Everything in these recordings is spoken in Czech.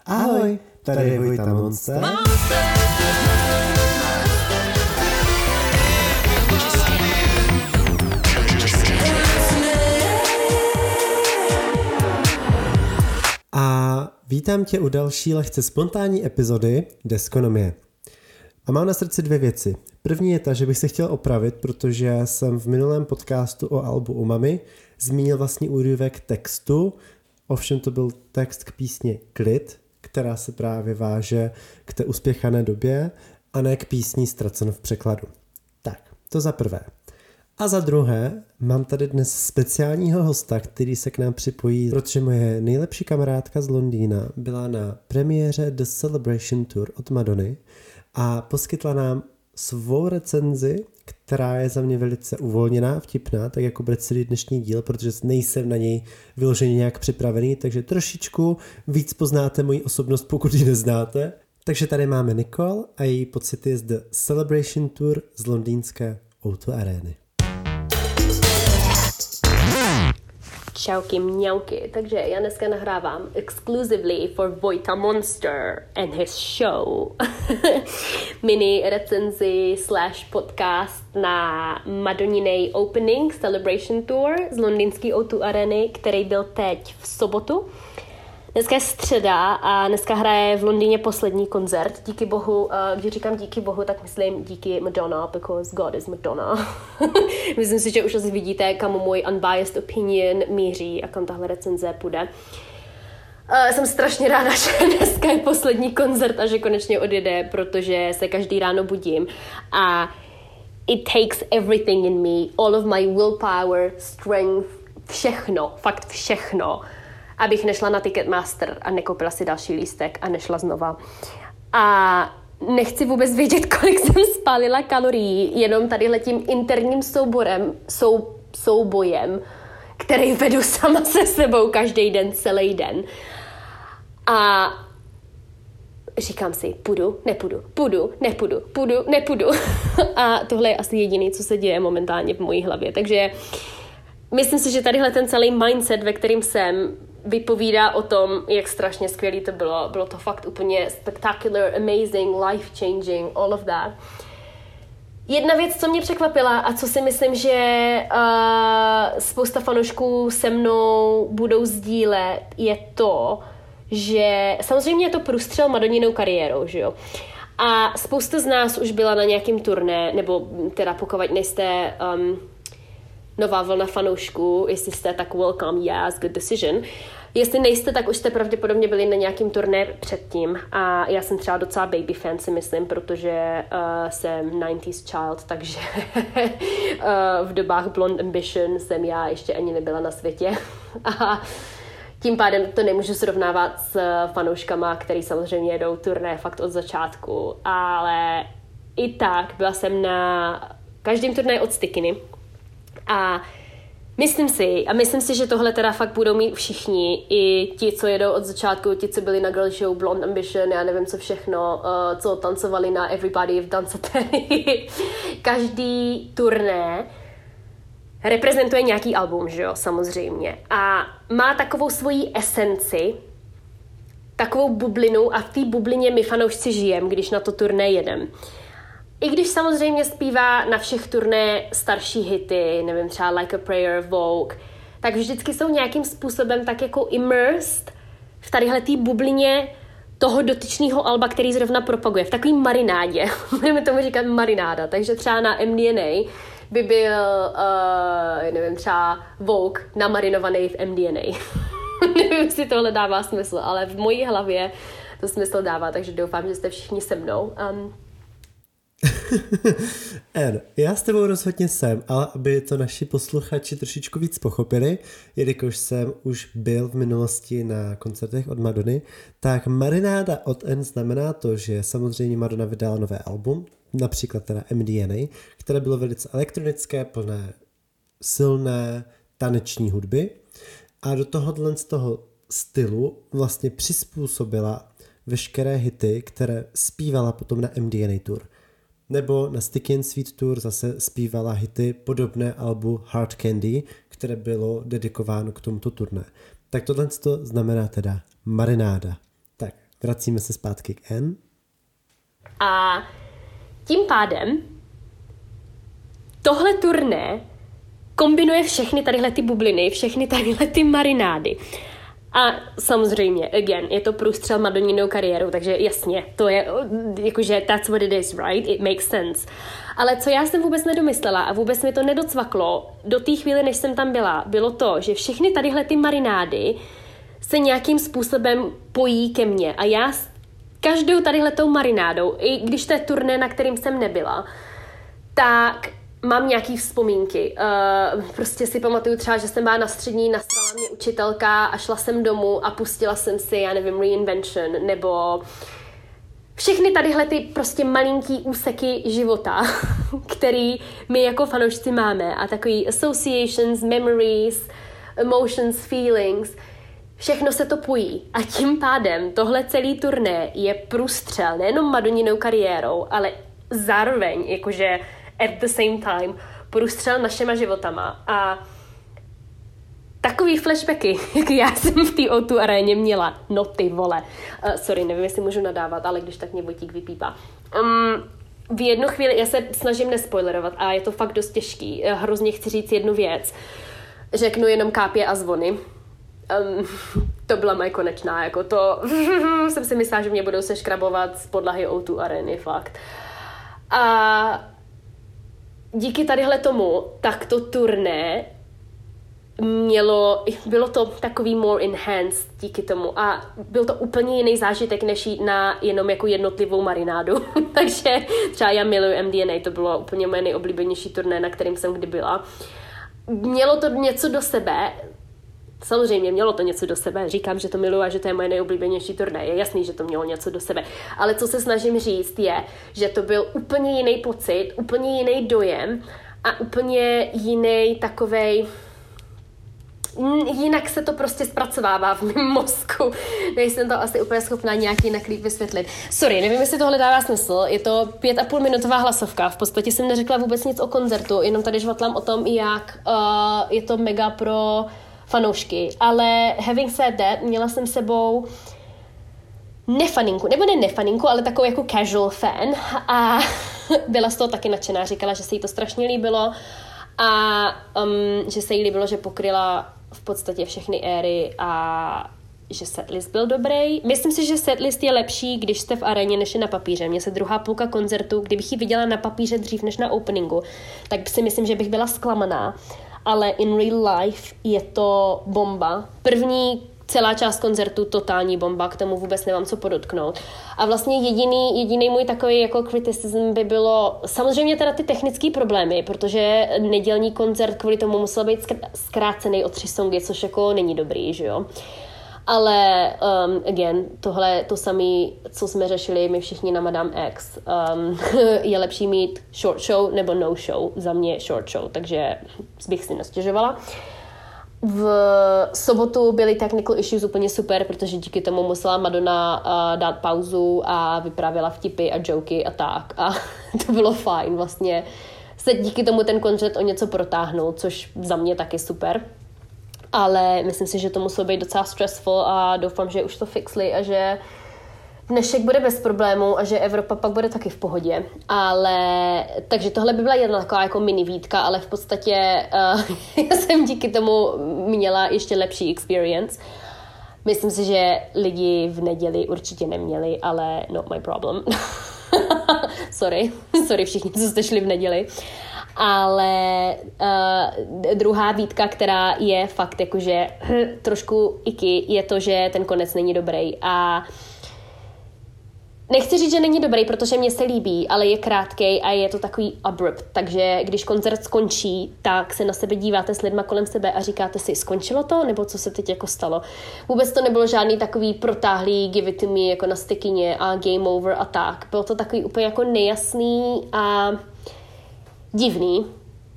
Ahoj, tady je Vojta Monster. A vítám tě u další lehce spontánní epizody Deskonomie. A mám na srdci dvě věci. První je ta, že bych se chtěl opravit, protože jsem v minulém podcastu o albu Umami zmínil vlastní úryvek textu, ovšem to byl text k písni Klid, která se právě váže k té uspěchané době a ne k písni Ztraceno v překladu. Tak, to za prvé. A za druhé, mám tady dnes speciálního hosta, který se k nám připojí, protože moje nejlepší kamarádka z Londýna byla na premiéře The Celebration Tour od Madony a poskytla nám svou recenzi, která je za mě velice uvolněná, vtipná, tak jako bude celý dnešní díl, protože nejsem na něj vyloženě nějak připravený, takže trošičku víc poznáte moji osobnost, pokud ji neznáte. Takže tady máme Nicole a její pocity z The Celebration Tour z londýnské O2 Areny. Čauky mňauky, takže já dneska nahrávám exclusively for Vojta Monster and his show mini recenzi / podcast na Madoninej Opening Celebration Tour z londýnské O2 Areny, který byl teď v sobotu. Dneska je středa a dneska hraje v Londýně poslední koncert. Díky bohu, když říkám díky bohu, tak myslím díky Madonna, because God is Madonna. Myslím si, že už asi vidíte, kam můj unbiased opinion míří a kam tahle recenze půjde. Jsem strašně ráda, že dneska je poslední koncert a že konečně odjede, protože se každý ráno budím a it takes everything in me, all of my willpower, strength, všechno, fakt všechno, abych nešla na Ticketmaster a nekoupila si další lístek a nešla znova. A nechci vůbec vědět, kolik jsem spálila kalorií, jenom tadyhletím interním soubojem, který vedu sama se sebou každý den, celý den. A říkám si, půjdu, nepůjdu. A tohle je asi jediný, co se děje momentálně v mojí hlavě. Takže myslím si, že tadyhle ten celý mindset, ve kterým jsem, vypovídá o tom, jak strašně skvělý to bylo. Bylo to fakt úplně spectacular, amazing, life-changing, all of that. Jedna věc, co mě překvapila a co si myslím, že spousta fanoušků se mnou budou sdílet, je to, že samozřejmě je to průstřel Madoninou kariérou, že jo? A spousta z nás už byla na nějakém turné, nebo teda pokud nejste nová vlna fanoušků, jestli jste, tak welcome, yes, good decision. Jestli nejste, tak už jste pravděpodobně byli na nějakým turné předtím a já jsem třeba docela baby fan, si myslím, protože jsem 90s child, takže v dobách Blonde Ambition jsem já ještě ani nebyla na světě a tím pádem to nemůžu srovnávat s fanouškama, který samozřejmě jedou turné fakt od začátku, ale i tak byla jsem na každém turné od Stikiny. A myslím si, že tohle teda fakt budou mít všichni, i ti, co jedou od začátku, ti, co byli na Girl Show, Blonde Ambition, já nevím co všechno, co tancovali na Everybody v Danceterii. Každý turné reprezentuje nějaký album, že jo, samozřejmě. A má takovou svoji esenci, takovou bublinu a v té bublině my fanoušci žijem, když na to turné jedem. I když samozřejmě zpívá na všech turné starší hity, nevím, třeba Like a Prayer, Vogue, tak vždycky jsou nějakým způsobem tak jako immersed v tadyhletý bublině toho dotyčného alba, který zrovna propaguje, v takový marinádě. Budeme tomu říkat marináda, takže třeba na MDNA by byl, nevím, třeba Vogue namarinovaný v MDNA. Nevím, jestli tohle dává smysl, ale v mojí hlavě to smysl dává, takže doufám, že jste všichni se mnou. Já s tebou rozhodně jsem, ale aby to naši posluchači trošičku víc pochopili, jelikož jsem už byl v minulosti na koncertech od Madony, tak marináda od N znamená to, že samozřejmě Madonna vydala nové album, například teda MDNA, které bylo velice elektronické, plné silné taneční hudby a do tohohle z toho stylu vlastně přizpůsobila veškeré hity, které zpívala potom na MDNA Tour. Nebo na Sticky and Sweet Tour zase zpívala hity podobné albu Hard Candy, které bylo dedikováno k tomuto turné. Tak tohle to znamená teda marináda. Tak, vracíme se zpátky k N. A tím pádem tohle turné kombinuje všechny tadyhle ty bubliny, všechny tadyhle ty marinády. A samozřejmě, again, je to průstřel Madoninou kariérou, takže jasně, to je, jakože that's what it is, right? It makes sense. Ale co já jsem vůbec nedomyslela a vůbec mi to nedocvaklo do té chvíle, než jsem tam byla, bylo to, že všechny tadyhle ty marinády se nějakým způsobem pojí ke mně. A já každou tadyhletou marinádou, i když to je turné, na kterým jsem nebyla, tak mám nějaký vzpomínky. Prostě si pamatuju třeba, že jsem byla na střední, nastrala mě učitelka a šla jsem domů a pustila jsem si, já nevím, Reinvention, nebo všechny tadyhle ty prostě malinký úseky života, který my jako fanoušci máme a takový associations, memories, emotions, feelings, všechno se to pojí. A tím pádem tohle celý turné je průstřel nejenom Madoninou kariérou, ale zároveň, jakože at the same time, průstřel našima životama. A takový flashbacky, jak já jsem v té O2 aréně měla, no ty vole. Sorry, nevím, jestli můžu nadávat, ale když tak mě Vojtík vypípá. V jednu chvíli, já se snažím nespoilerovat a je to fakt dost těžký. Hrozně chci říct jednu věc. Řeknu jenom Kápě a zvony. To byla moje konečná, jako to jsem si myslela, že mě budou seškrabovat z podlahy O2 arény, fakt. A díky tadyhle tomu, tak to turné bylo to takový more enhanced díky tomu a byl to úplně jiný zážitek, než jít na jenom jako jednotlivou marinádu. Takže třeba já miluji MDNA, to bylo úplně moje nejoblíbenější turné, na kterým jsem kdy byla. Mělo to něco do sebe, samozřejmě mělo to něco do sebe, říkám, že to miluji a že to je moje nejoblíbenější turné, je jasný, že to mělo něco do sebe, ale co se snažím říct je, že to byl úplně jiný pocit, úplně jiný dojem a úplně jiný takovej, jinak se to prostě zpracovává v mém mozku. Nejsem to asi úplně schopná nějak jinak líp vysvětlit. Sorry, nevím, jestli tohle dává smysl. Je to 5,5 minutová hlasovka. V podstatě jsem neřekla vůbec nic o koncertu, jenom tady žvatlám o tom, jak je to mega pro fanoušky. Ale having said that, měla jsem sebou nefaninku, nebo ne nefaninku, ale takovou jako casual fan a byla z toho taky nadšená. Říkala, že se jí to strašně líbilo a že se jí líbilo, že pokryla v podstatě všechny éry a že setlist byl dobrý. Myslím si, že setlist je lepší, když jste v aréně, než je na papíře. Mně se druhá půlka koncertu, kdybych ji viděla na papíře dřív než na openingu, tak si myslím, že bych byla zklamaná. Ale in real life je to bomba. První celá část koncertu totální bomba, k tomu vůbec nemám co podotknout. A vlastně jediný můj takový jako criticism by bylo samozřejmě teda ty technické problémy, protože nedělní koncert kvůli tomu musel být zkrácený o 3 songy, což jako není dobrý, že jo. Ale again, tohle to samé, co jsme řešili my všichni na Madame X, je lepší mít short show nebo no show, za mě short show, takže bych si nestěžovala. V sobotu byly technical issues úplně super, protože díky tomu musela Madonna dát pauzu a vyprávěla vtipy a joky a tak. A to bylo fajn. Vlastně se díky tomu ten koncert o něco protáhnul, což za mě taky super. Ale myslím si, že to muselo být docela stressful a doufám, že už to fixli a že dnešek bude bez problémů a že Evropa pak bude taky v pohodě. Ale takže tohle by byla jedna taková jako mini výtka, ale v podstatě já jsem díky tomu měla ještě lepší experience. Myslím si, že lidi v neděli určitě neměli, ale not my problem. Sorry všichni, co jste šli v neděli. Ale druhá výtka, která je fakt jakože trošku icky, je to, že ten konec není dobrý a nechci říct, že není dobrý, protože mě se líbí, ale je krátkej a je to takový abrupt, takže když koncert skončí, tak se na sebe díváte s lidma kolem sebe a říkáte si, skončilo to, nebo co se teď jako stalo. Vůbec to nebylo žádný takový protáhlý give it to me jako na stykině a game over a tak. Bylo to takový úplně jako nejasný a divný.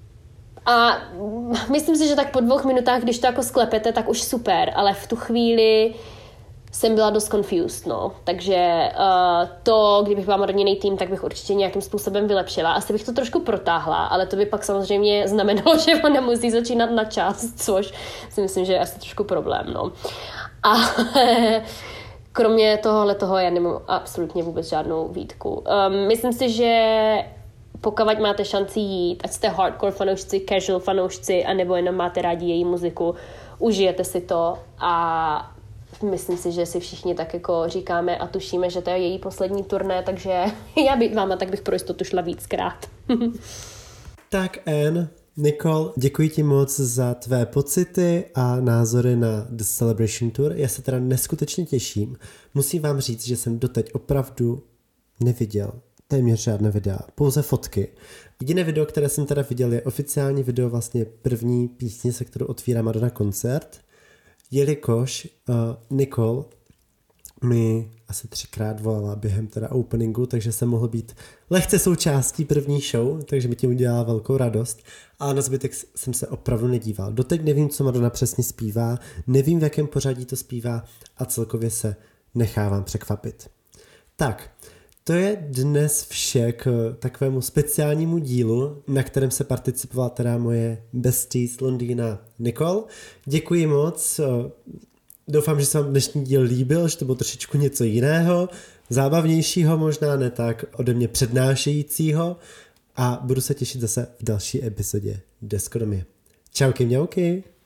A myslím si, že tak po 2 minutách, když to jako sklepete, tak už super, ale v tu chvíli jsem byla dost confused, no. Takže to, kdybych byla rodinný tým, tak bych určitě nějakým způsobem vylepšila. Asi bych to trošku protáhla, ale to by pak samozřejmě znamenalo, že ona musí začínat na čas, což si myslím, že je asi trošku problém, no. A kromě toho já nemám absolutně vůbec žádnou výtku. Myslím si, že pokud máte šanci jít, ať jste hardcore fanoušci, casual fanoušci, anebo jenom máte rádi její muziku, užijete si to a myslím si, že si všichni tak jako říkáme a tušíme, že to je její poslední turné, takže já být váma, tak bych pro jistotu šla víckrát. Tak Anne, Nicole, děkuji ti moc za tvé pocity a názory na The Celebration Tour. Já se teda neskutečně těším. Musím vám říct, že jsem doteď opravdu neviděl téměř žádné videa, pouze fotky. Jediné video, které jsem teda viděl, je oficiální video vlastně první písně, se kterou otvírá Madonna koncert, jelikož Nicole mi asi 3krát volala během teda openingu, takže jsem mohl být lehce součástí první show, takže mi tím udělala velkou radost, ale na zbytek jsem se opravdu nedíval. Doteď nevím, co Madonna přesně zpívá, nevím, v jakém pořadí to zpívá a celkově se nechávám překvapit. Tak, to je dnes vše k takovému speciálnímu dílu, na kterém se participovala teda moje bestie z Londýna Nicole. Děkuji moc, doufám, že se vám dnešní díl líbil, že to bylo trošičku něco jiného, zábavnějšího možná, ne tak ode mě přednášejícího a budu se těšit zase v další epizodě Deskonomie. Čauky mňauky!